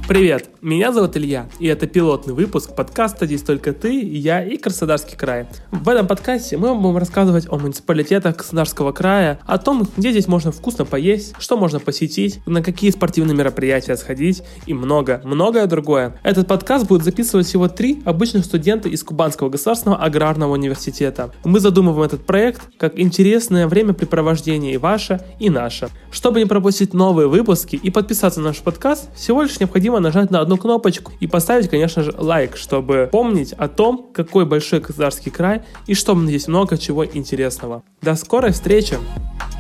Привет, меня зовут Илья, и это пилотный выпуск подкаста «Здесь только ты, я и Краснодарский край». В этом подкасте мы будем рассказывать о муниципалитетах Краснодарского края, о том, где здесь можно вкусно поесть, что можно посетить, на какие спортивные мероприятия сходить и многое другое. Этот подкаст будет записывать всего 3 обычных студента из Кубанского государственного аграрного университета. Мы задумываем этот проект как интересное времяпрепровождение и ваше, и наше. Чтобы не пропустить новые выпуски и подписаться на наш подкаст, всего лишь необходимо нажать на одну кнопочку и поставить, конечно же, лайк, чтобы помнить о том, какой большой Краснодарский край и что здесь много чего интересного. До скорой встречи!